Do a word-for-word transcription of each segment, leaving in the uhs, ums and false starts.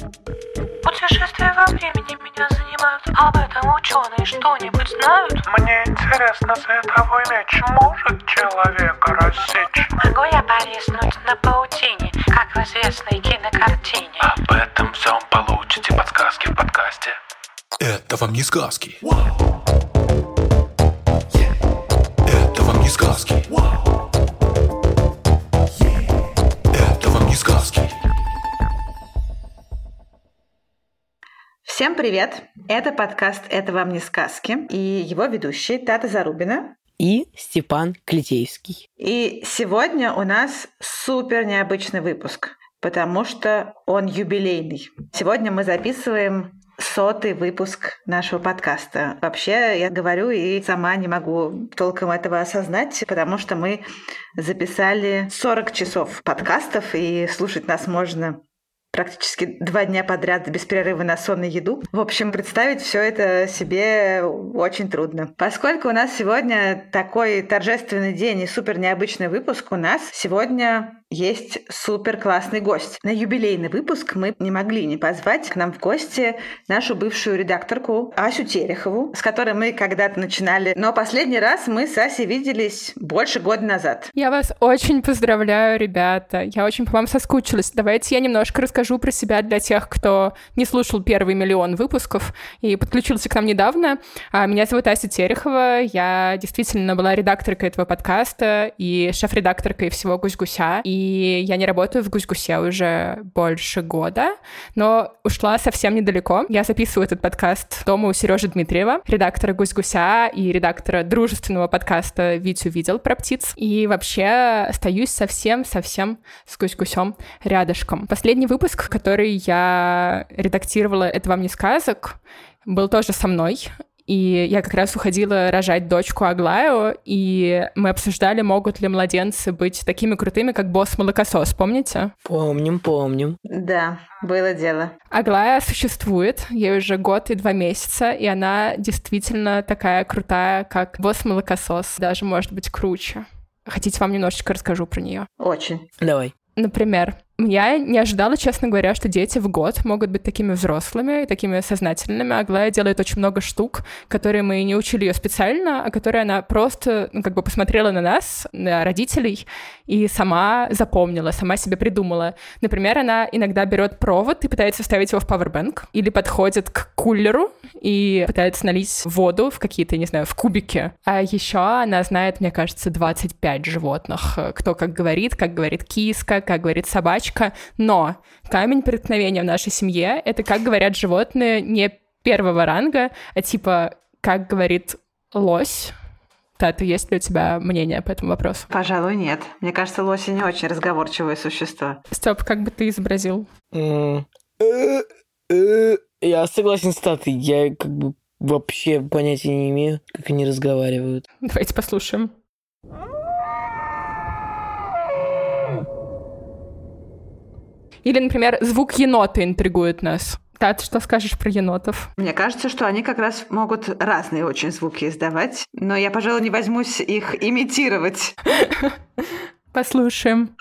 Путешествия во времени меня занимают. Об этом ученые что-нибудь знают? Мне интересно, световой меч может человека рассечь? Могу я повиснуть на паутине, как в известной кинокартине? Об этом всем получите подсказки в подкасте. Это вам не сказки. Это вам не сказки. Это вам не сказки. Всем привет! Это подкаст «Это вам не сказки» и его ведущие Тата Зарубина и Степан Клетейский. И сегодня у нас супер необычный выпуск, потому что он юбилейный. Сегодня мы записываем сотый выпуск нашего подкаста. Вообще, я говорю и сама не могу толком этого осознать, потому что мы записали сорок часов подкастов, и слушать нас можно практически два дня подряд без перерыва на сон и еду. В общем, представить все это себе очень трудно. Поскольку у нас сегодня такой торжественный день и супер необычный выпуск, у нас сегодня есть супер классный гость. На юбилейный выпуск мы не могли не позвать к нам в гости нашу бывшую редакторку Асю Терехову, с которой мы когда-то начинали. Но последний раз мы с Асей виделись больше года назад. Я вас очень поздравляю, ребята. Я очень по вам соскучилась. Давайте я немножко расскажу про себя для тех, кто не слушал первый миллион выпусков и подключился к нам недавно. Меня зовут Ася Терехова. Я действительно была редакторкой этого подкаста и шеф-редакторкой всего «Гусь-гуся». И И я не работаю в «Гусь-гусе» уже больше года, но ушла совсем недалеко. Я записываю этот подкаст дома у Сережи Дмитриева, редактора «Гусь-гуся» и редактора дружественного подкаста «Вить увидел» про птиц. И вообще остаюсь совсем-совсем с «Гусь-гусем» рядышком. Последний выпуск, который я редактировала «Это вам не сказок», был тоже со мной. И я как раз уходила рожать дочку Аглаю, и мы обсуждали, могут ли младенцы быть такими крутыми, как босс-молокосос, помните? Помним, помним. Да, было дело. Аглая существует, ей уже год и два месяца, и она действительно такая крутая, как босс-молокосос, даже, может быть, круче. Хотите, вам немножечко расскажу про нее? Очень. Давай. Например, я не ожидала, честно говоря, что дети в год могут быть такими взрослыми и такими сознательными. Аглая делает очень много штук, которые мы не учили ее специально, а которые она просто, ну, как бы посмотрела на нас, на родителей, и сама запомнила, сама себе придумала. Например, она иногда берет провод и пытается вставить его в пауэрбэнк, или подходит к кулеру и пытается налить воду в какие-то, не знаю, в кубики. А еще она знает, мне кажется, двадцать пять животных. Кто как говорит, как говорит киска, как говорит собачка. Но камень преткновения в нашей семье — это, как говорят животные, не первого ранга, а типа, как говорит лось. Тата, есть ли у тебя мнение по этому вопросу? Пожалуй, нет. Мне кажется, лоси не очень разговорчивые существа. Стёп, как бы ты изобразил? Я согласен с Татой. Я как бы вообще понятия не имею, как они разговаривают. Давайте послушаем. Или, например, звук енота интригует нас. Тат, что скажешь про енотов? Мне кажется, что они как раз могут разные очень звуки издавать, но я, пожалуй, не возьмусь их имитировать. Послушаем.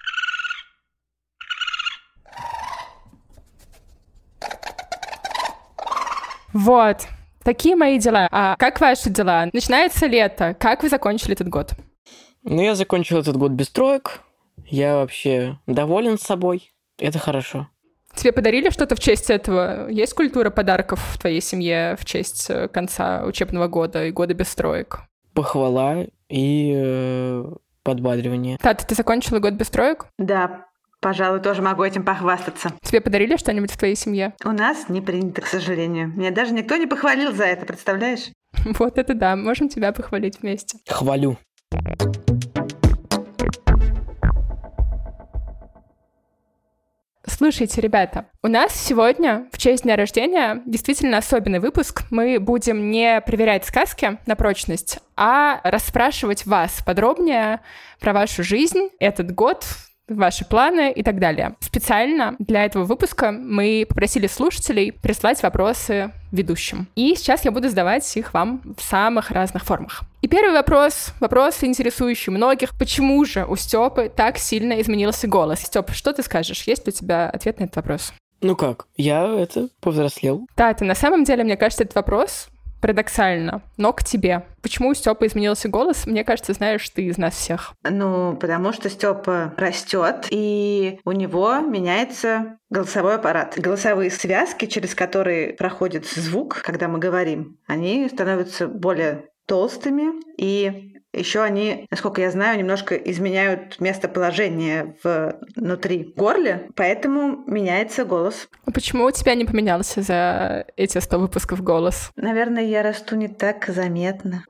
Вот. Такие мои дела. А как ваши дела? Начинается лето. Как вы закончили этот год? Ну, я закончил этот год без троек. Я вообще доволен собой. Это хорошо. Тебе подарили что-то в честь этого? Есть культура подарков в твоей семье в честь конца учебного года и года без троек? Похвала и э, подбадривание. Тата, ты закончила год без троек? Да, пожалуй, тоже могу этим похвастаться. Тебе подарили что-нибудь в твоей семье? У нас не принято, к сожалению. Меня даже никто не похвалил за это, представляешь? Вот это да, можем тебя похвалить вместе. Хвалю. Слушайте, ребята, у нас сегодня в честь дня рождения действительно особенный выпуск. Мы будем не проверять сказки на прочность, а расспрашивать вас подробнее про вашу жизнь, этот год, ваши планы и так далее. Специально для этого выпуска мы попросили слушателей прислать вопросы ведущим. И сейчас я буду задавать их вам в самых разных формах. И первый вопрос, вопрос, интересующий многих. Почему же у Стёпы так сильно изменился голос? Стёп, что ты скажешь? Есть ли у тебя ответ на этот вопрос? Ну как, я это повзрослел. Тата, на самом деле, мне кажется, этот вопрос парадоксально, но к тебе. Почему у Стёпы изменился голос? Мне кажется, знаешь ты из нас всех. Ну, потому что Степа растет, и у него меняется голосовой аппарат. Голосовые связки, через которые проходит звук, когда мы говорим, они становятся более толстыми, и еще они, насколько я знаю, немножко изменяют местоположение внутри горла, поэтому меняется голос. А почему у тебя не поменялся за эти сто выпусков голос? Наверное, я расту не так заметно.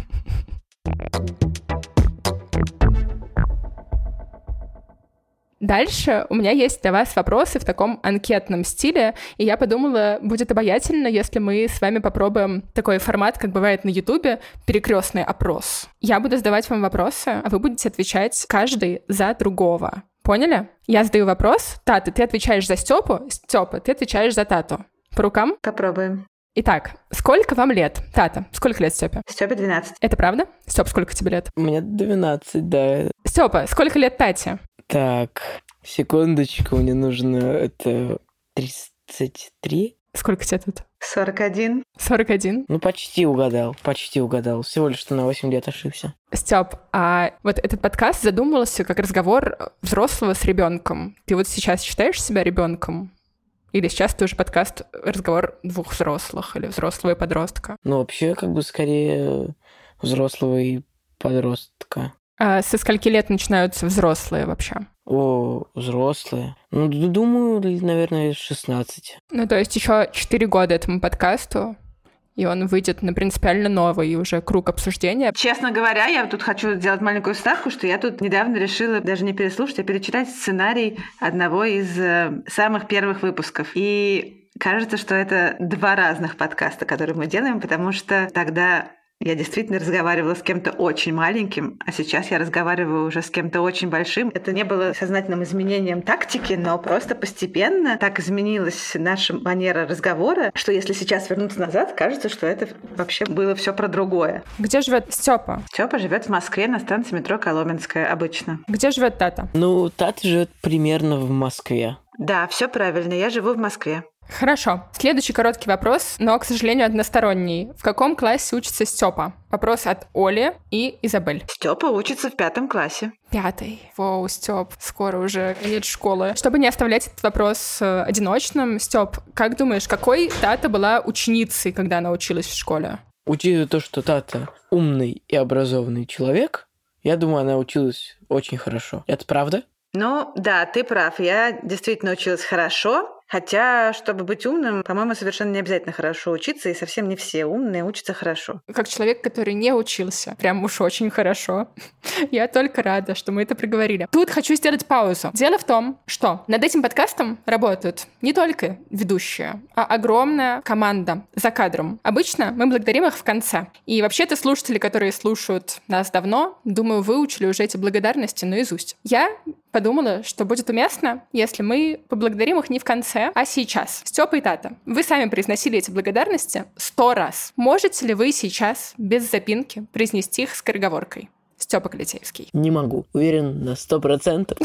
Дальше у меня есть для вас вопросы в таком анкетном стиле, и я подумала, будет обаятельно, если мы с вами попробуем такой формат, как бывает на Ютубе, перекрестный опрос. Я буду задавать вам вопросы, а вы будете отвечать каждый за другого. Поняли? Я задаю вопрос. Тата, ты отвечаешь за Стёпу, Стёпа, ты отвечаешь за Тату. По рукам? Попробуем. Итак, сколько вам лет? Тата, сколько лет Стёпе? Стёпе двенадцать. Это правда? Стёп, сколько тебе лет? Мне двенадцать, да. Стёпа, сколько лет Тате? Так, секундочку, мне нужно... Это тридцать три? Сколько тебе тут? сорок один. сорок один? Ну, почти угадал, почти угадал. Всего лишь что на восемь лет ошибся. Стёп, а вот этот подкаст задумывался как разговор взрослого с ребенком. Ты вот сейчас считаешь себя ребенком? Или сейчас ты уже подкаст разговор двух взрослых или взрослого и подростка? Ну, вообще, как бы скорее взрослого и подростка. А со скольки лет начинаются взрослые вообще? О, взрослые. Ну, д- думаю, наверное, шестнадцать. Ну, то есть еще четыре года этому подкасту, и он выйдет на принципиально новый уже круг обсуждения. Честно говоря, я тут хочу сделать маленькую ставку, что я тут недавно решила даже не переслушать, а перечитать сценарий одного из э, самых первых выпусков. И кажется, что это два разных подкаста, которые мы делаем, потому что тогда я действительно разговаривала с кем-то очень маленьким, а сейчас я разговариваю уже с кем-то очень большим. Это не было сознательным изменением тактики, но просто постепенно так изменилась наша манера разговора, что если сейчас вернуться назад, кажется, что это вообще было все про другое. Где живет Стёпа? Стёпа живет в Москве на станции метро Коломенская обычно. Где живет Тата? Ну, Тата живет примерно в Москве. Да, все правильно, я живу в Москве. Хорошо. Следующий короткий вопрос, но, к сожалению, односторонний. В каком классе учится Стёпа? Вопрос от Оли и Изабель. Стёпа учится в пятом классе. Пятый. Воу, Стёп, скоро уже конец школы. Чтобы не оставлять этот вопрос э, одиночным, Стёп, как думаешь, какой Тата была ученицей, когда она училась в школе? Учитывая то, что Тата умный и образованный человек, я думаю, она училась очень хорошо. Это правда? Ну, да, ты прав. Я действительно училась хорошо. Хотя, чтобы быть умным, по-моему, совершенно не обязательно хорошо учиться, и совсем не все умные учатся хорошо. Как человек, который не учился, прям уж очень хорошо, я только рада, что мы это проговорили. Тут хочу сделать паузу. Дело в том, что над этим подкастом работают не только ведущие, а огромная команда за кадром. Обычно мы благодарим их в конце. И вообще-то слушатели, которые слушают нас давно, думаю, выучили уже эти благодарности наизусть. Я подумала, что будет уместно, если мы поблагодарим их не в конце, а сейчас. Стёпа и Тата, вы сами произносили эти благодарности сто раз. Можете ли вы сейчас, без запинки, произнести их скороговоркой? Стёпа Калитеевский. Не могу. Уверен на сто процентов.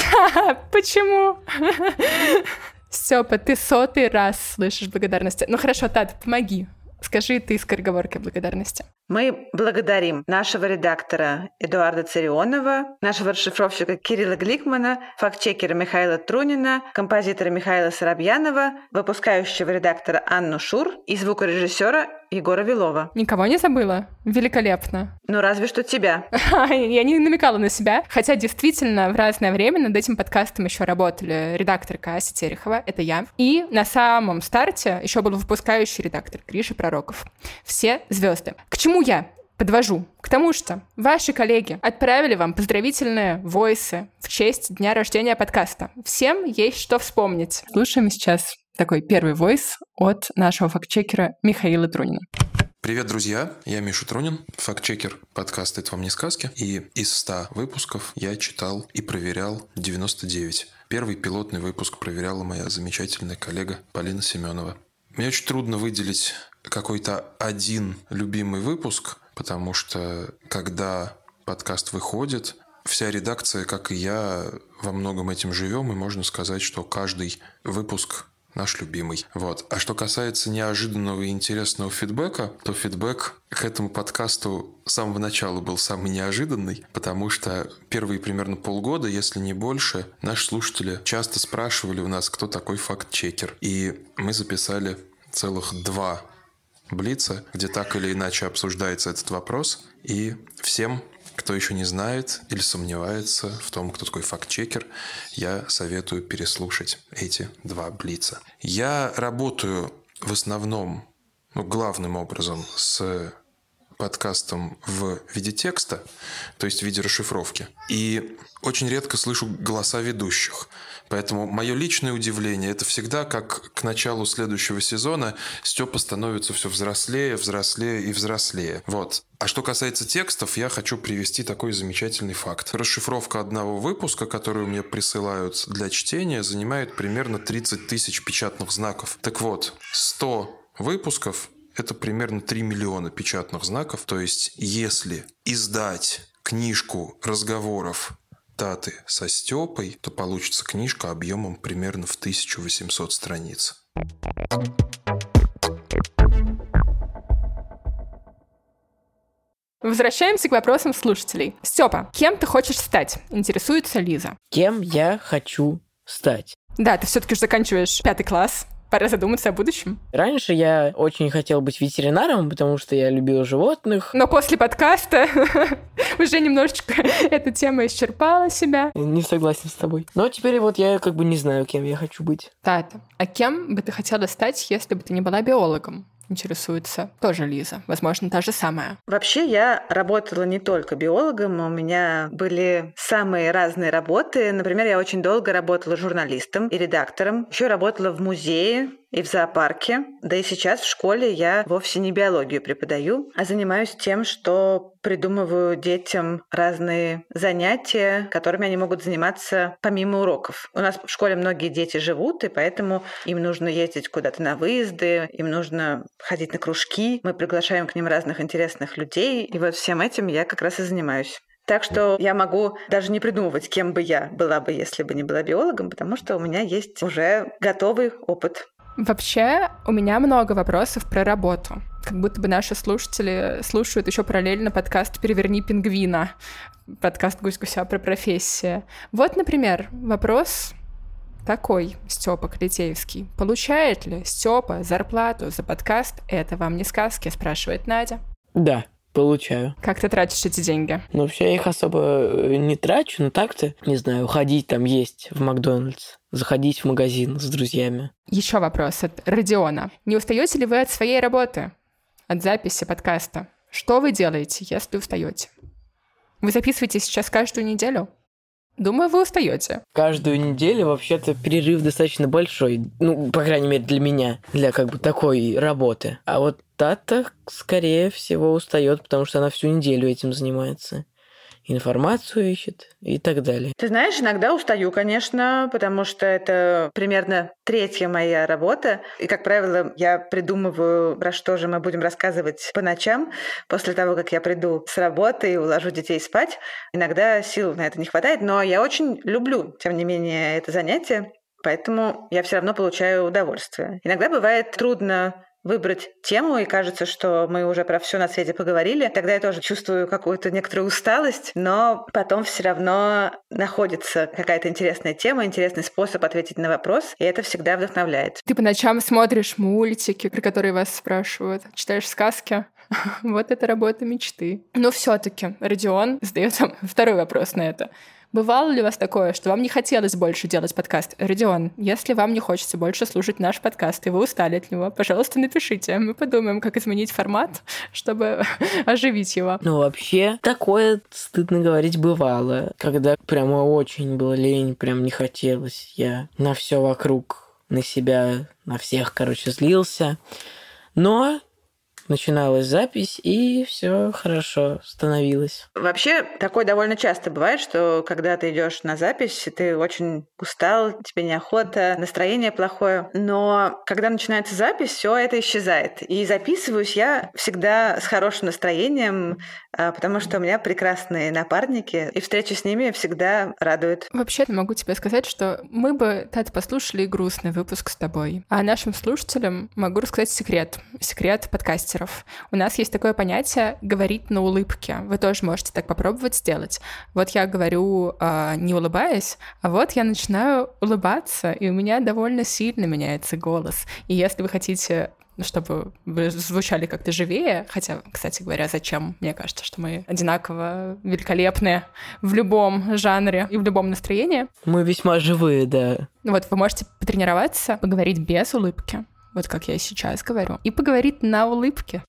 Почему? Стёпа, ты сотый раз слышишь благодарности. Ну хорошо, Тата, помоги. Скажи ты скороговоркой благодарности. Мы благодарим нашего редактора Эдуарда Царионова, нашего расшифровщика Кирилла Гликмана, фактчекера Михаила Трунина, композитора Михаила Соробьянова, выпускающего редактора Анну Шур и звукорежиссера Егора Вилова. Никого не забыла? Великолепно. Ну, разве что тебя. Я не намекала на себя. Хотя действительно в разное время над этим подкастом еще работали редакторка Ася Терехова, это я. И на самом старте еще был выпускающий редактор Гриша Пророков. Все звезды. К чему я подвожу? К тому, что ваши коллеги отправили вам поздравительные войсы в честь дня рождения подкаста. Всем есть что вспомнить. Слушаем сейчас такой первый войс от нашего фактчекера Михаила Трунина. Привет, друзья! Я Миша Трунин, фактчекер подкаста «Это вам не сказки». И из ста выпусков я читал и проверял девяносто девять. Первый пилотный выпуск проверяла моя замечательная коллега Полина Семенова. Мне очень трудно выделить какой-то один любимый выпуск, потому что когда подкаст выходит, вся редакция, как и я, во многом этим живем, и можно сказать, что каждый выпуск наш любимый. Вот. А что касается неожиданного и интересного фидбэка, то фидбэк к этому подкасту с самого начала был самый неожиданный, потому что первые примерно полгода, если не больше, наши слушатели часто спрашивали у нас, кто такой факт-чекер. И мы записали целых два блица, где так или иначе обсуждается этот вопрос. И всем, кто еще не знает или сомневается в том, кто такой факт-чекер, я советую переслушать эти два блица. Я работаю в основном, ну, главным образом с подкастом в виде текста, то есть в виде расшифровки. И очень редко слышу голоса ведущих. Поэтому мое личное удивление – это всегда, как к началу следующего сезона Степа становится все взрослее, взрослее и взрослее. Вот. А что касается текстов, я хочу привести такой замечательный факт. Расшифровка одного выпуска, который мне присылают для чтения, занимает примерно тридцать тысяч печатных знаков. Так вот, сто выпусков – это примерно три миллиона печатных знаков. То есть, если издать книжку разговоров Таты со Степой, то получится книжка объемом примерно в тысячу восемьсот страниц. Возвращаемся к вопросам слушателей. Степа, кем ты хочешь стать? Интересуется Лиза. Кем я хочу стать? Да, ты все-таки уже заканчиваешь пятый класс. Пора задуматься о будущем. Раньше я очень хотел быть ветеринаром, потому что я любил животных. Но после подкаста уже немножечко эта тема исчерпала себя. Не согласен с тобой. Но теперь вот я как бы не знаю, кем я хочу быть. Тата, а кем бы ты хотела стать, если бы ты не была биологом? Интересуется тоже Лиза. Возможно, та же самая. Вообще, я работала не только биологом, у меня были самые разные работы. Например, я очень долго работала журналистом и редактором. Еще работала в музее и в зоопарке. Да и сейчас в школе я вовсе не биологию преподаю, а занимаюсь тем, что придумываю детям разные занятия, которыми они могут заниматься помимо уроков. У нас в школе многие дети живут, и поэтому им нужно ездить куда-то на выезды, им нужно ходить на кружки. Мы приглашаем к ним разных интересных людей, и вот всем этим я как раз и занимаюсь. Так что я могу даже не придумывать, кем бы я была бы, если бы не была биологом, потому что у меня есть уже готовый опыт. Вообще, у меня много вопросов про работу. Как будто бы наши слушатели слушают еще параллельно подкаст «Переверни пингвина», подкаст «Гусь-гуся» про профессии. Вот, например, вопрос такой, Степа Клетеевский. Получает ли Степа зарплату за подкаст «Это вам не сказки?» спрашивает Надя. Да, получаю. Как ты тратишь эти деньги? Ну, вообще я их особо не трачу, но так-то, не знаю, ходить там есть в Макдональдс, заходить в магазин с друзьями. Еще вопрос от Родиона. Не устаете ли вы от своей работы? От записи подкаста? Что вы делаете, если устаете? Вы записываете сейчас каждую неделю? Думаю, вы устаете. Каждую неделю вообще-то перерыв достаточно большой. Ну, по крайней мере, для меня. Для как бы такой работы. А вот Тата, скорее всего, устает, потому что она всю неделю этим занимается. Информацию ищет и так далее. Ты знаешь, иногда устаю, конечно, потому что это примерно третья моя работа. И, как правило, я придумываю, про что же мы будем рассказывать по ночам, после того, как я приду с работы и уложу детей спать. Иногда сил на это не хватает, но я очень люблю, тем не менее, это занятие, поэтому я все равно получаю удовольствие. Иногда бывает трудно выбрать тему, и кажется, что мы уже про все на свете поговорили. Тогда я тоже чувствую какую-то некоторую усталость, но потом все равно находится какая-то интересная тема, интересный способ ответить на вопрос, и это всегда вдохновляет. Ты по ночам смотришь мультики, про которые вас спрашивают, читаешь сказки. Вот это работа мечты. Но все-таки Родион задает вам второй вопрос на это. Бывало ли у вас такое, что вам не хотелось больше делать подкаст? Родион, если вам не хочется больше слушать наш подкаст, и вы устали от него, пожалуйста, напишите. Мы подумаем, как изменить формат, чтобы оживить его. Ну, вообще, такое, стыдно говорить, бывало. Когда прямо очень было лень, прям не хотелось. Я на все вокруг, на себя, на всех, короче, злился. Но начиналась запись, и все хорошо становилось. Вообще, такое довольно часто бывает, что когда ты идешь на запись, ты очень устал, тебе неохота, настроение плохое. Но когда начинается запись, все это исчезает. И записываюсь я всегда с хорошим настроением, потому что у меня прекрасные напарники, и встреча с ними всегда радует. Вообще, могу тебе сказать, что мы бы, Тата, послушали и грустный выпуск с тобой. А нашим слушателям могу рассказать секрет. Секрет подкастеров. У нас есть такое понятие «говорить на улыбке». Вы тоже можете так попробовать сделать. Вот я говорю, э, не улыбаясь, а вот я начинаю улыбаться, и у меня довольно сильно меняется голос. И если вы хотите, чтобы вы звучали как-то живее, хотя, кстати говоря, зачем? Мне кажется, что мы одинаково великолепные в любом жанре и в любом настроении. Мы весьма живые, да. Вот вы можете потренироваться, поговорить без улыбки, вот как я сейчас говорю, и поговорить на улыбке.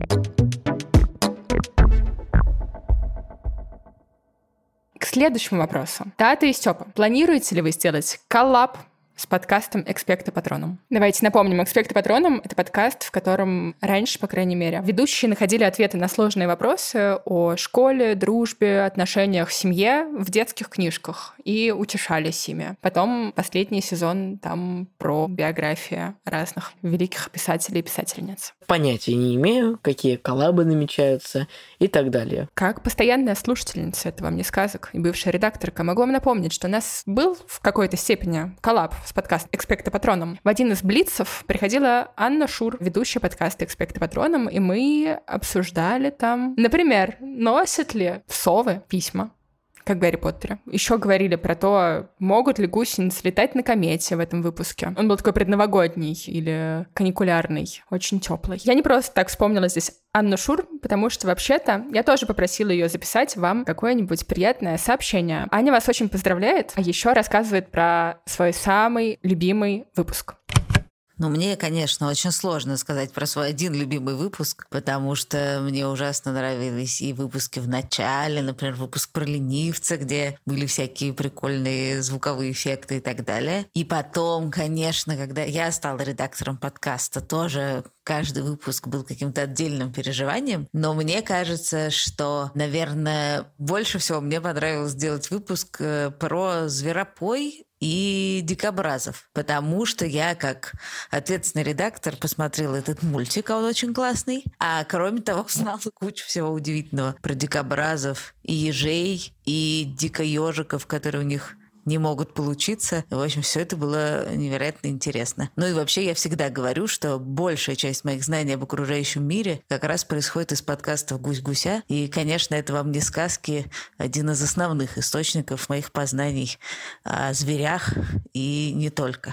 К следующему вопросу. Тата и Стёпа, планируете ли вы сделать коллаб с подкастом «Экспекто Патронум»? Давайте напомним, «Экспекто Патронум» — это подкаст, в котором раньше, по крайней мере, ведущие находили ответы на сложные вопросы о школе, дружбе, отношениях в семье в детских книжках и утешались ими. Потом последний сезон там про биографии разных великих писателей и писательниц. Понятия не имею, какие коллабы намечаются и так далее. Как постоянная слушательница этого «Мне сказок» и бывшая редакторка могу вам напомнить, что у нас был в какой-то степени коллаб с подкастом «Экспекто Патронум». В один из блицев приходила Анна Шур, ведущая подкаста «Экспекто Патронум», и мы обсуждали там, например, носят ли совы письма, как в Гарри Поттере. Еще говорили про то, могут ли гусеницы летать на комете в этом выпуске. Он был такой предновогодний или каникулярный, очень теплый. Я не просто так вспомнила здесь Анну Шур, потому что вообще-то я тоже попросила ее записать вам какое-нибудь приятное сообщение. Аня вас очень поздравляет, а еще рассказывает про свой самый любимый выпуск. Ну, мне, конечно, очень сложно сказать про свой один любимый выпуск, потому что мне ужасно нравились и выпуски в начале, например, выпуск про ленивца, где были всякие прикольные звуковые эффекты и так далее. И потом, конечно, когда я стала редактором подкаста, тоже каждый выпуск был каким-то отдельным переживанием. Но мне кажется, что, наверное, больше всего мне понравилось сделать выпуск про зверопой и дикобразов, потому что я, как ответственный редактор, посмотрела этот мультик, а он очень классный, а кроме того узнала кучу всего удивительного про дикобразов и ежей, и дикоежиков, которые у них не могут получиться. В общем, все это было невероятно интересно. Ну и вообще я всегда говорю, что большая часть моих знаний об окружающем мире как раз происходит из подкастов «Гусь-гуся». И, конечно, это вам не сказки, один из основных источников моих познаний о зверях и не только.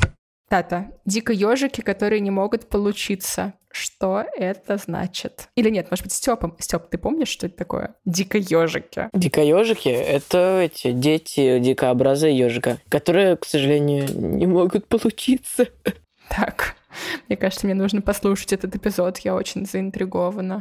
Тата, дикоежики, которые не могут получиться. Что это значит? Или нет, может быть, Стёпа. Стёп, ты помнишь, что это такое? Дикоежики. Дикоежики — это эти дети дикообраза ежика, которые, к сожалению, не могут получиться. Так, мне кажется, мне нужно послушать этот эпизод. Я очень заинтригована.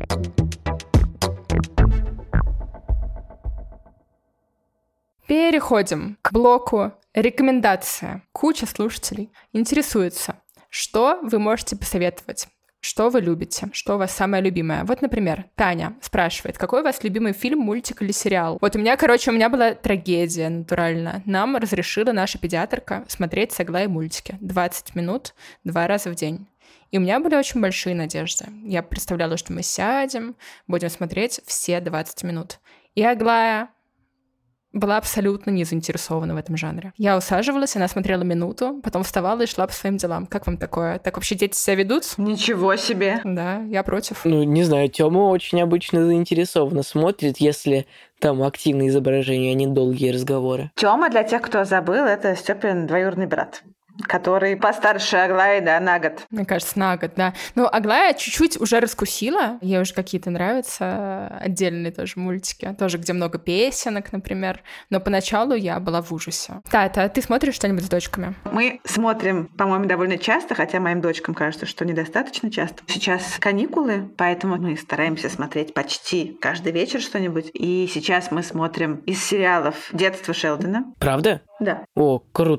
Переходим к блоку «Рекомендация». Куча слушателей интересуется, что вы можете посоветовать, что вы любите, что у вас самое любимое. Вот, например, Таня спрашивает, какой у вас любимый фильм, мультик или сериал? Вот у меня, короче, у меня была трагедия натурально. Нам разрешила наша педиатрка смотреть с Аглаей мультики. двадцать минут, два раза в день. И у меня были очень большие надежды. Я представляла, что мы сядем, будем смотреть все двадцать минут. И Аглая была абсолютно не заинтересована в этом жанре. Я усаживалась, она смотрела минуту, потом вставала и шла по своим делам. Как вам такое? Так вообще дети себя ведут? Ничего себе. Да, я против. Ну, не знаю, Тёма очень обычно заинтересованно смотрит, если там активные изображения, а не долгие разговоры. Тёма, для тех, кто забыл, это Стёпин двоюродный брат, который постарше Аглаи, да, на год. Мне кажется, на год, да. Ну, Аглая чуть-чуть уже раскусила. Ей уже какие-то нравятся отдельные тоже мультики. Тоже, где много песенок, например. Но поначалу я была в ужасе. Тата, ты смотришь что-нибудь с дочками? Мы смотрим, по-моему, довольно часто, хотя моим дочкам кажется, что недостаточно часто. Сейчас каникулы, поэтому мы стараемся смотреть почти каждый вечер что-нибудь. И сейчас мы смотрим из сериалов «Детство Шелдона». Правда? Да. О, круто.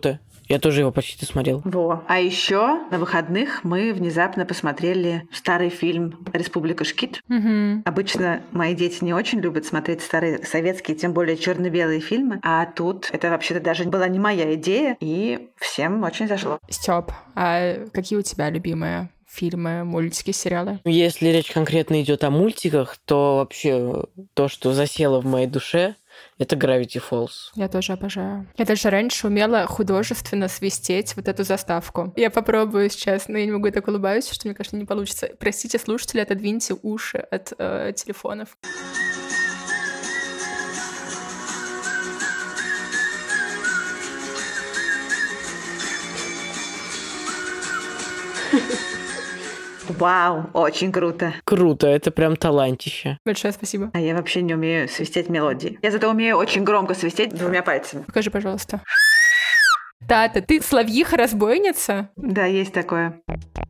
Я тоже его почти смотрел. Во. А еще на выходных мы внезапно посмотрели старый фильм «Республика Шкит». Угу. Обычно мои дети не очень любят смотреть старые советские, тем более черно-белые фильмы. А тут это вообще-то даже была не моя идея, и всем очень зашло. Стёп, а какие у тебя любимые фильмы, мультики, сериалы? Если речь конкретно идет о мультиках, то вообще то, что засело в моей душе, это Gravity Falls. Я тоже обожаю. Я даже раньше умела художественно свистеть вот эту заставку. Я попробую сейчас, но я не могу, так улыбаюсь, что мне кажется, не получится. Простите, слушатели, отодвиньте уши от э, телефонов. Вау, очень круто. Круто, это прям талантище. Большое спасибо. А я вообще не умею свистеть мелодии. Я зато умею очень громко свистеть двумя пальцами. Покажи, пожалуйста. Тата, ты соловьиха-разбойница? Да, есть такое.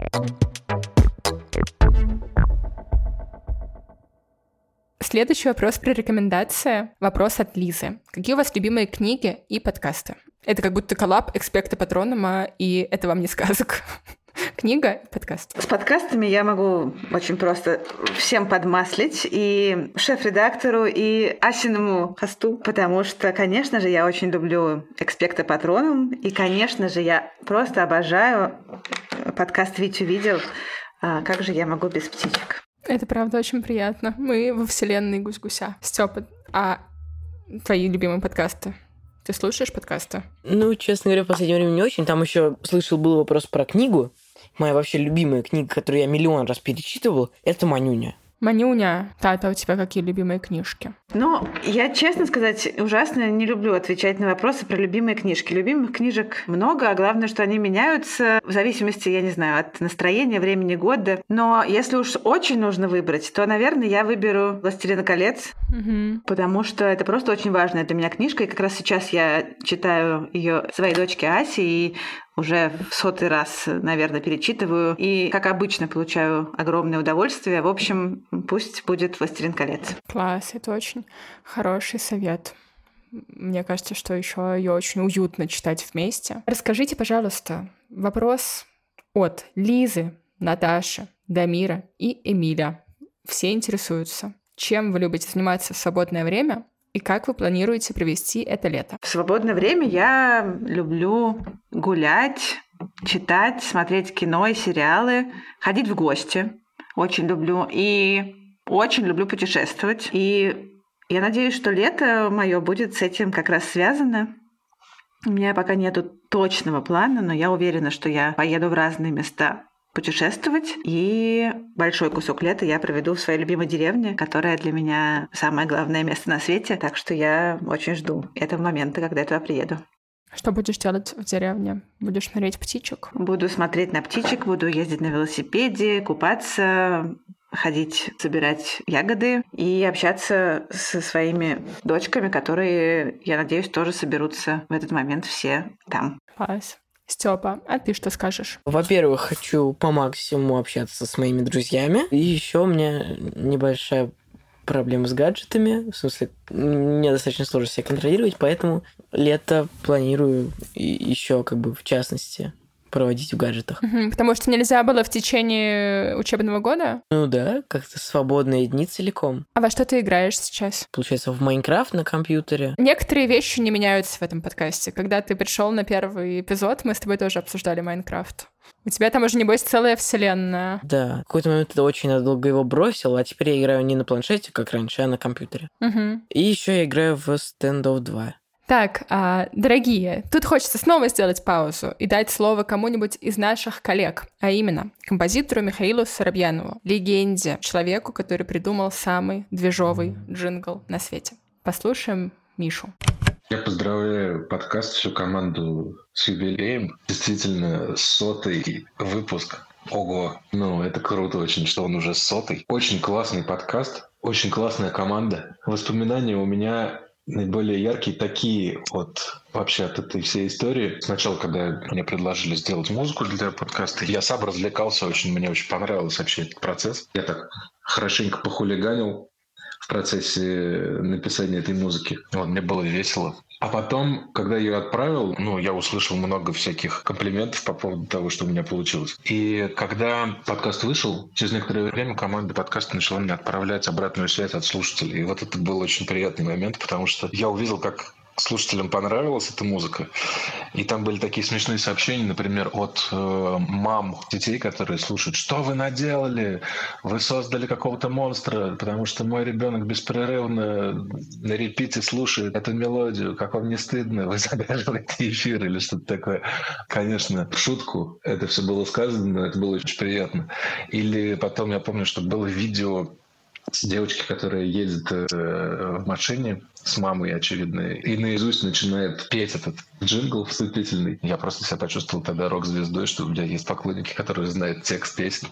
Следующий вопрос про рекомендации. Вопрос от Лизы. Какие у вас любимые книги и подкасты? Это как будто коллаб «Экспекта Патронома», и это вам не сказок. Книга и подкаст. С подкастами я могу очень просто всем подмаслить, и шеф-редактору, и Асиному хосту, потому что, конечно же, я очень люблю «Экспекта Патроном», и, конечно же, я просто обожаю подкаст «Витю видел». А как же я могу без птичек? Это правда очень приятно. Мы во вселенной гусь-гуся. Стёпа, а твои любимые подкасты? Ты слушаешь подкасты? Ну, честно говоря, в последнее время не очень. Там еще слышал, был вопрос про книгу. Моя вообще любимая книга, которую я миллион раз перечитывал, это «Манюня». Манюня, Тата, у тебя какие любимые книжки? Ну, я, честно сказать, ужасно не люблю отвечать на вопросы про любимые книжки. Любимых книжек много, а главное, что они меняются в зависимости, я не знаю, от настроения, времени года. Но если уж очень нужно выбрать, то, наверное, я выберу «Властелина колец», угу. потому что это просто очень важная для меня книжка. И как раз сейчас я читаю ее своей дочке Асе, и уже в сотый раз, наверное, перечитываю. И, как обычно, получаю огромное удовольствие. В общем, пусть будет «Властелин колец». Класс, это очень хороший совет. Мне кажется, что еще ее очень уютно читать вместе. Расскажите, пожалуйста, вопрос от Лизы, Наташи, Дамира и Эмиля. Все интересуются. Чем вы любите заниматься в свободное время? И как вы планируете провести это лето? В свободное время я люблю гулять, читать, смотреть кино и сериалы, ходить в гости. Очень люблю. И очень люблю путешествовать. И я надеюсь, что лето мое будет с этим как раз связано. У меня пока нету точного плана, но я уверена, что я поеду в разные места путешествовать, и большой кусок лета я проведу в своей любимой деревне, которая для меня самое главное место на свете, так что я очень жду этого момента, когда я туда приеду. Что будешь делать в деревне? Будешь смотреть птичек? Буду смотреть на птичек, буду ездить на велосипеде, купаться, ходить, собирать ягоды и общаться со своими дочками, которые, я надеюсь, тоже соберутся в этот момент все там. Класс. Стёпа, а ты что скажешь? Во-первых, хочу по максимуму общаться с моими друзьями. И еще у меня небольшая проблема с гаджетами. В смысле, мне достаточно сложно себя контролировать, поэтому лето планирую еще, как бы, в частности, проводить в гаджетах. Угу, потому что нельзя было в течение учебного года? Ну да, как-то свободные дни целиком. А во что ты играешь сейчас? Получается, в Майнкрафт на компьютере. Некоторые вещи не меняются в этом подкасте. Когда ты пришел на первый эпизод, мы с тобой тоже обсуждали Майнкрафт. У тебя там уже, небось, целая вселенная. Да. В какой-то момент я очень надолго его бросил, а теперь я играю не на планшете, как раньше, а на компьютере. Угу. И еще я играю в Standoff два. Так, а, дорогие, тут хочется снова сделать паузу и дать слово кому-нибудь из наших коллег, а именно композитору Михаилу Соробьянову, легенде, человеку, который придумал самый движовый джингл на свете. Послушаем Мишу. Я поздравляю подкаст, всю команду с юбилеем. Действительно, сотый выпуск. Ого, ну это круто очень, что он уже сотый. Очень классный подкаст, очень классная команда. Воспоминания у меня наиболее яркие такие вот вообще от этой всей истории. Сначала, когда мне предложили сделать музыку для подкаста, я сам развлекался очень, мне очень понравился вообще этот процесс. Я так хорошенько похулиганил в процессе написания этой музыки. Вот, мне было весело. А потом, когда я ее отправил, ну, я услышал много всяких комплиментов по поводу того, что у меня получилось. И когда подкаст вышел, через некоторое время команда подкаста начала мне отправлять обратную связь от слушателей. И вот это был очень приятный момент, потому что я увидел, как слушателям понравилась эта музыка. И там были такие смешные сообщения, например, от э, мам детей, которые слушают: «Что вы наделали? Вы создали какого-то монстра, потому что мой ребенок беспрерывно на репите слушает эту мелодию. Как вам не стыдно? Вы загаживаете эфир» или что-то такое. Конечно, в шутку это все было сказано, но это было очень приятно. Или потом я помню, что было видео с девочкой, которая едет э, в машине с мамой, очевидно, и наизусть начинает петь этот джингл вступительный. Я просто себя почувствовал тогда рок-звездой, что у меня есть поклонники, которые знают текст песни.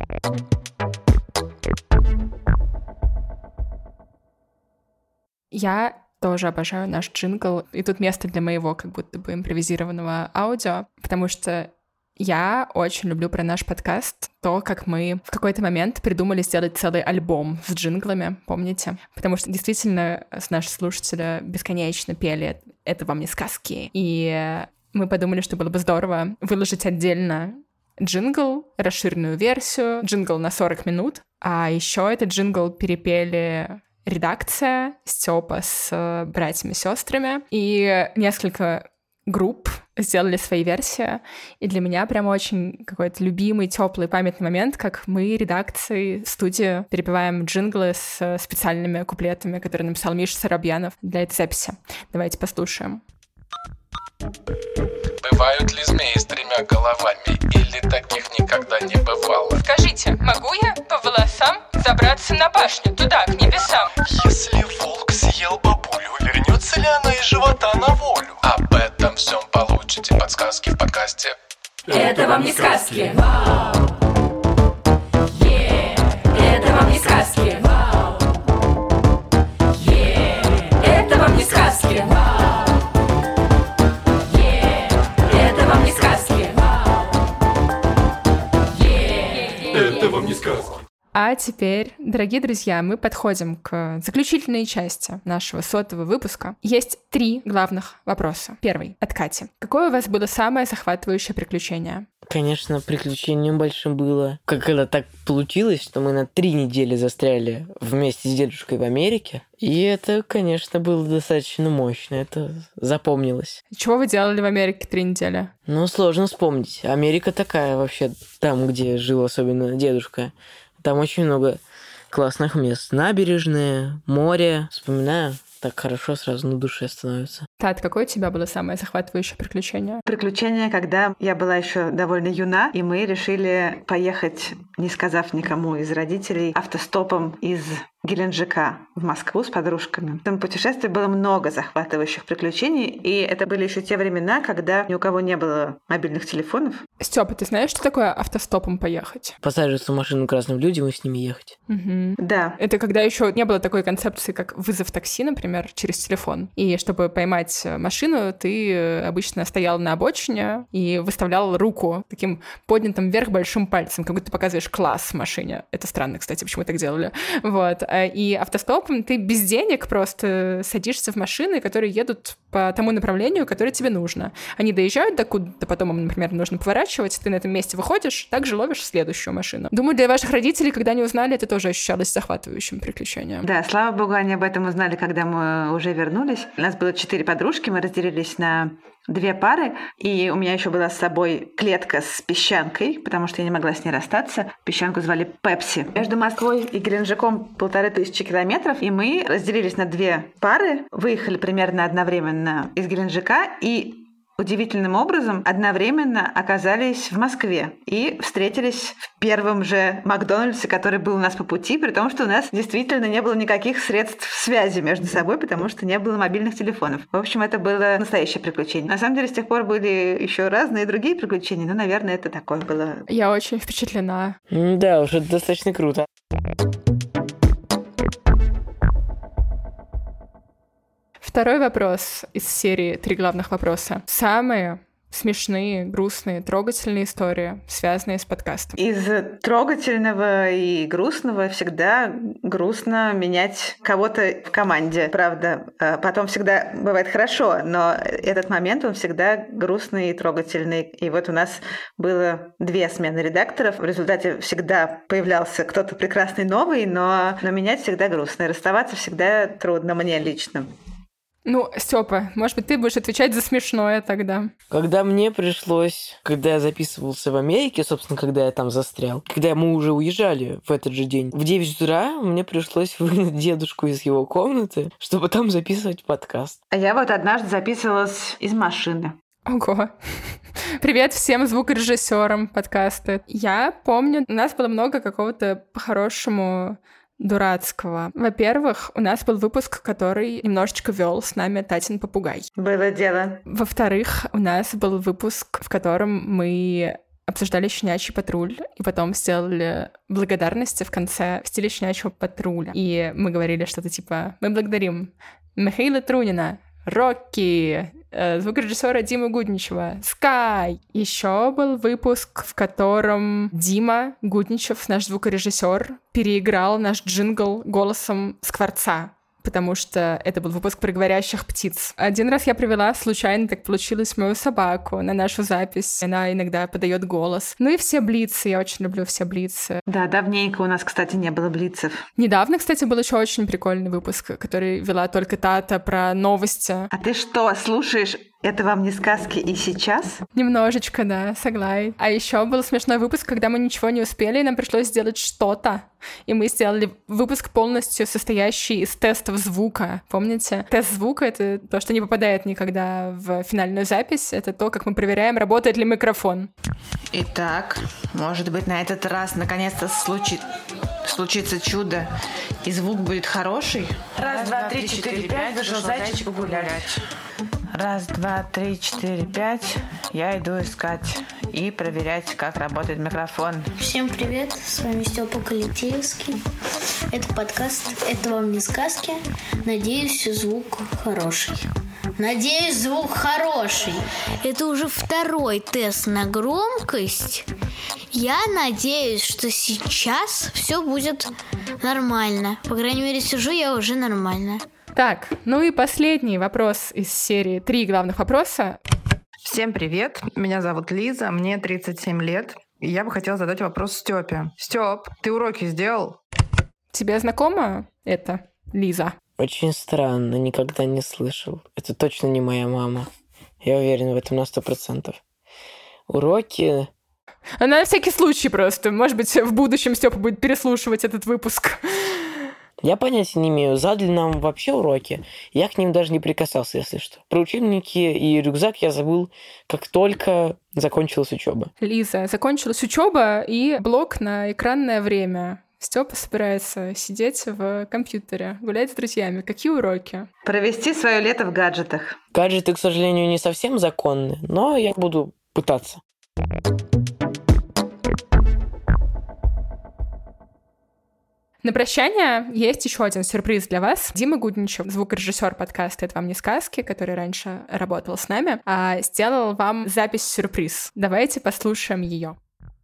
Я тоже обожаю наш джингл, и тут место для моего как будто бы импровизированного аудио, потому что я очень люблю про наш подкаст то, как мы в какой-то момент придумали сделать целый альбом с джинглами, помните? Потому что действительно с наши слушатели бесконечно пели «Это вам не сказки». И мы подумали, что было бы здорово выложить отдельно джингл, расширенную версию, джингл на сорок минут, а еще этот джингл перепели редакция Стёпа с братьями и сестрами и несколько групп сделали свои версии, и для меня прям очень какой-то любимый, теплый, памятный момент, как мы редакцией в студии перепеваем джинглы с специальными куплетами, которые написал Миша Соробьянов для этой записи. Давайте послушаем. Бывают ли змеи с тремя головами, или таких никогда не бывало? Скажите, могу я по волосам забраться на башню, туда, к небесам? Если волк съел бабулю, вернется ли она из живота на волю? Об этом всем получите подсказки в подкасте. Это вам не сказки. Вау. Yeah. Это вам не сказки. Вау. Yeah. Это вам не сказки. Вау. Yeah. Это вам не сказки. Вау. Yeah. Это вам не сказки. А теперь, дорогие друзья, мы подходим к заключительной части нашего сотого выпуска. Есть три главных вопроса. Первый от Кати. Какое у вас было самое захватывающее приключение? Конечно, приключением большим было. Как когда так получилось, что мы на три недели застряли вместе с дедушкой в Америке. И это, конечно, было достаточно мощно. Это запомнилось. Чего вы делали в Америке три недели? Ну, сложно вспомнить. Америка такая вообще, там, где жил особенно дедушка. Там очень много классных мест. Набережные, море. Вспоминаю, так хорошо сразу на душе становится. Тат, какое у тебя было самое захватывающее приключение? Приключение, когда я была еще довольно юна, и мы решили поехать, не сказав никому из родителей, автостопом из Геленджика в Москву с подружками. В этом путешествии было много захватывающих приключений, и это были еще те времена, когда ни у кого не было мобильных телефонов. Стёпа, ты знаешь, что такое автостопом поехать? Посаживаться в машину красным людям и с ними ехать. Угу. Да. Это когда еще не было такой концепции, как вызов такси, например, через телефон. И чтобы поймать машину, ты обычно стоял на обочине и выставлял руку таким поднятым вверх большим пальцем, как будто ты показываешь класс машине. Это странно, кстати, почему так делали. Вот. И автостопом ты без денег просто садишься в машины, которые едут по тому направлению, которое тебе нужно. Они доезжают докуда-то, потом им, например, нужно поворачивать, ты на этом месте выходишь, также ловишь следующую машину. Думаю, для ваших родителей, когда они узнали, это тоже ощущалось захватывающим приключением. Да, слава богу, они об этом узнали, когда мы уже вернулись. У нас было четыре подружки, мы разделились на две пары, и у меня еще была с собой клетка с песчанкой, потому что я не могла с ней расстаться. Песчанку звали Пепси. Между Москвой и Геленджиком полторы тысячи километров, и мы разделились на две пары, выехали примерно одновременно из Геленджика, и удивительным образом одновременно оказались в Москве и встретились в первом же Макдональдсе, который был у нас по пути, при том, что у нас действительно не было никаких средств связи между собой, потому что не было мобильных телефонов. В общем, это было настоящее приключение. На самом деле, с тех пор были еще разные другие приключения, но, наверное, это такое было. Я очень впечатлена. Да, уже достаточно круто. Второй вопрос из серии «Три главных вопроса». Самые смешные, грустные, трогательные истории, связанные с подкастом. Из трогательного и грустного всегда грустно менять кого-то в команде, правда. Потом всегда бывает хорошо, но этот момент, он всегда грустный и трогательный. И вот у нас было две смены редакторов. В результате всегда появлялся кто-то прекрасный новый, но, но менять всегда грустно. И расставаться всегда трудно мне лично. Ну, Степа, может быть, ты будешь отвечать за смешное тогда. Когда мне пришлось, когда я записывался в Америке, собственно, когда я там застрял, когда мы уже уезжали в этот же день, в девять утра мне пришлось выгнать дедушку из его комнаты, чтобы там записывать подкаст. А я вот однажды записывалась из машины. Ого. Привет всем звукорежиссерам подкаста. Я помню, у нас было много какого-то по-хорошему дурацкого. Во-первых, у нас был выпуск, который немножечко вел с нами Татин попугай. Было дело. Во-вторых, у нас был выпуск, в котором мы обсуждали «Щенячий патруль», и потом сделали благодарности в конце в стиле «Щенячьего патруля». И мы говорили что-то типа «Мы благодарим Михаила Трунина, Рокки, э, звукорежиссера Димы Гудничева, Скай». Еще был выпуск, в котором Дима Гудничев, наш звукорежиссер, переиграл наш джингл голосом Скворца, потому что это был выпуск про говорящих птиц. Один раз я привела, случайно так получилось, мою собаку на нашу запись. Она иногда подает голос. Ну и все блицы. Я очень люблю все блицы. Да, давненько у нас, кстати, не было блицев. Недавно, кстати, был еще очень прикольный выпуск, который вела только Тата про новости. А ты что, слушаешь «Это вам не сказки» и сейчас? Немножечко, да, согласен. А еще был смешной выпуск, когда мы ничего не успели, и нам пришлось сделать что-то. И мы сделали выпуск полностью состоящий из тестов звука. Помните? Тест звука — это то, что не попадает никогда в финальную запись. Это то, как мы проверяем, работает ли микрофон. Итак, может быть, на этот раз наконец-то случи... случится чудо, и звук будет хороший? Раз, два, три, четыре, пять, вышел зайчик погулять. Раз, два, три, четыре, пять. Я иду искать и проверять, как работает микрофон. Всем привет, с вами Степа Калитеевский. Это подкаст «Это вам не сказки». Надеюсь, звук хороший. Надеюсь, звук хороший. Это уже второй тест на громкость. Я надеюсь, что сейчас все будет нормально. По крайней мере, сижу я уже нормально. Так, ну и последний вопрос из серии «Три главных вопроса». Всем привет, меня зовут Лиза, мне тридцать семь лет, и я бы хотела задать вопрос Стёпе. Стёп, ты уроки сделал? Тебе знакомо это, Лиза? Очень странно, никогда не слышал. Это точно не моя мама. Я уверен в этом на сто процентов. Уроки... На всякий случай просто. Может быть, в будущем Стёпа будет переслушивать этот выпуск. Я понятия не имею, задали нам вообще уроки. Я к ним даже не прикасался, если что. Про учебники и рюкзак я забыл, как только закончилась учеба. Лиза, закончилась учеба и блок на экранное время. Степа собирается сидеть в компьютере, гулять с друзьями. Какие уроки? Провести свое лето в гаджетах. Гаджеты, к сожалению, не совсем законны, но я буду пытаться. На прощание есть еще один сюрприз для вас. Дима Гудничев, звукорежиссер подкаста «Это вам не сказки», который раньше работал с нами, сделал вам запись-сюрприз. Давайте послушаем ее.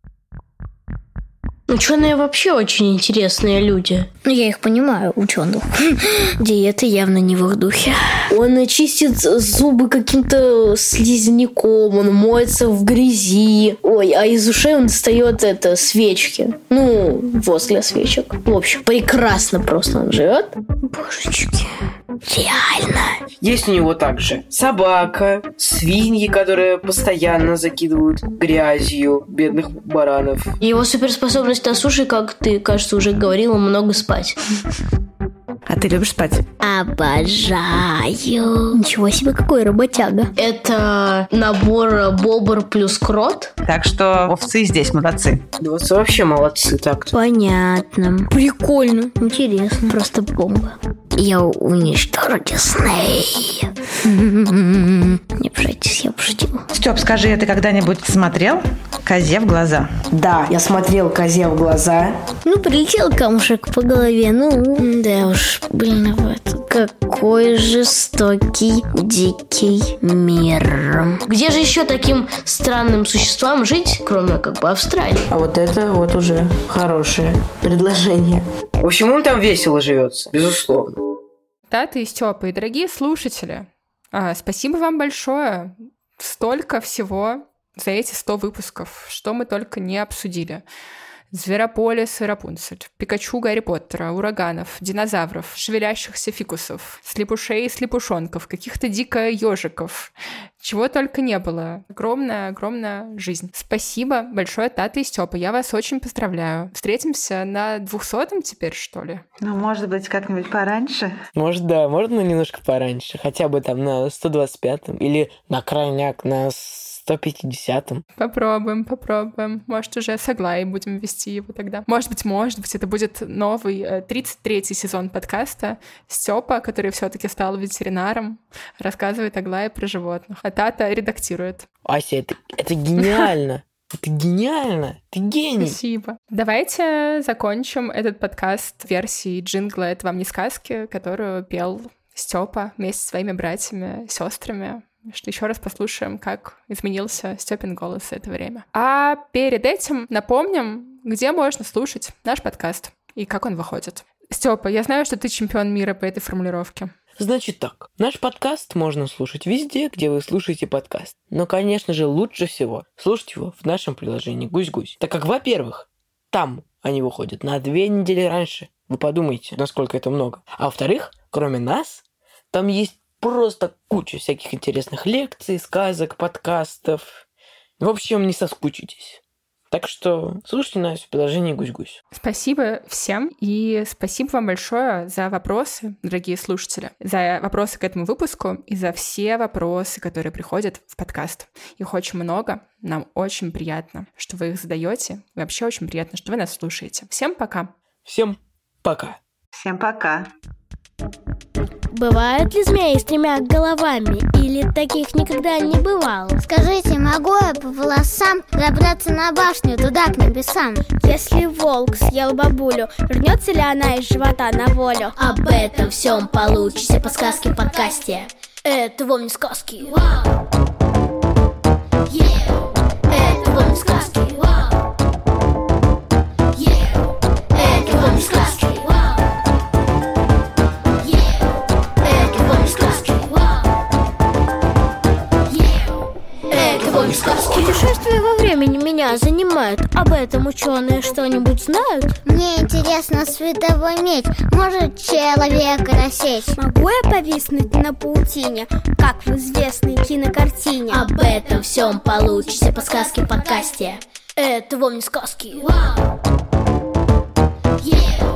Ученые вообще очень интересные люди. Я их понимаю, ученых. Диета явно не в их духе. Он чистит зубы каким-то слизняком, он моется в грязи. Ой, а из ушей он достает это свечки. Ну, воск для свечек. В общем, прекрасно просто он живет. Божечки. Реально. Есть у него также собака, свиньи, которые постоянно закидывают грязью бедных баранов. Его суперспособность на суше, как ты, кажется, уже говорила, много спать. А ты любишь спать? Обожаю. Ничего себе, какой работяга. Это набор бобр плюс крот. Так что овцы здесь молодцы. Да, овцы вообще молодцы так-то. Понятно. Прикольно. Интересно. Просто бомба. Я уничтожу Дисней. Не обижайтесь, я пошутила. Стёп, скажи, ты когда-нибудь смотрел «Козе в глаза»? Да, я смотрел «Козе в глаза». Ну, прилетел камушек по голове, ну, да уж, блин, вот Какой жестокий, дикий мир. Где же еще таким странным существам жить, кроме как бы Австралии? А вот это вот уже хорошее предложение. В общем, им там весело живется, безусловно. Тата и Стёпа, и дорогие слушатели, а, спасибо вам большое. Столько всего за эти сто выпусков, что мы только не обсудили. Зверополис и Рапунцель, Пикачу Гарри Поттера, ураганов, динозавров, шевелящихся фикусов, слепушей и слепушонков, каких-то дико ежиков. Чего только не было. Огромная-огромная жизнь. Спасибо большое, Тата и Стёпа. Я вас очень поздравляю. Встретимся на двухсотом теперь, что ли? Ну, может быть, как-нибудь пораньше? Может, да, можно немножко пораньше. Хотя бы там на сто двадцать пятом или на крайняк на сто пятидесятом. Попробуем, попробуем. Может, уже с Аглаей будем вести его тогда. Может быть, может быть, это будет новый тридцать третий сезон подкаста. Стёпа, который все-таки стал ветеринаром, рассказывает Аглае про животных. А Тата редактирует. Ася, это, это гениально! Это гениально! Ты гений! Спасибо. Давайте закончим этот подкаст версией джингла «Это вам не сказки», которую пел Стёпа вместе со своими братьями, сестрами. Что еще раз послушаем, как изменился Стёпин голос за это время. А перед этим напомним, где можно слушать наш подкаст и как он выходит. Стёпа, я знаю, что ты чемпион мира по этой формулировке. Значит так, наш подкаст можно слушать везде, где вы слушаете подкаст. Но, конечно же, лучше всего слушать его в нашем приложении «Гусь-Гусь». Так как, во-первых, там они выходят на две недели раньше. Вы подумайте, насколько это много. А во-вторых, кроме нас, там есть просто куча всяких интересных лекций, сказок, подкастов. В общем, не соскучитесь. Так что слушайте нас в приложении «Гусь-Гусь». Спасибо всем, и спасибо вам большое за вопросы, дорогие слушатели, за вопросы к этому выпуску и за все вопросы, которые приходят в подкаст. Их очень много, нам очень приятно, что вы их задаете, и вообще очень приятно, что вы нас слушаете. Всем пока! Всем пока! Всем пока! Бывают ли змеи с тремя головами? Или таких никогда не бывало? Скажите, могу я по волосам забраться на башню туда, к небесам? Если волк съел бабулю, вернется ли она из живота на волю? Об этом всем получите по сказке в подкасте. Это вам не сказки. Вау! Yeah. Это вам не сказки. Вау! Yeah. Это вам не сказки. Путешествия во времени меня занимают. Об этом ученые что-нибудь знают? Мне интересно световой меч. Может человека рассечь? Могу я повиснуть на паутине, как в известной кинокартине? Об этом всем получите по сказке в подкасте. Это вам не сказки. Вау! Yeah.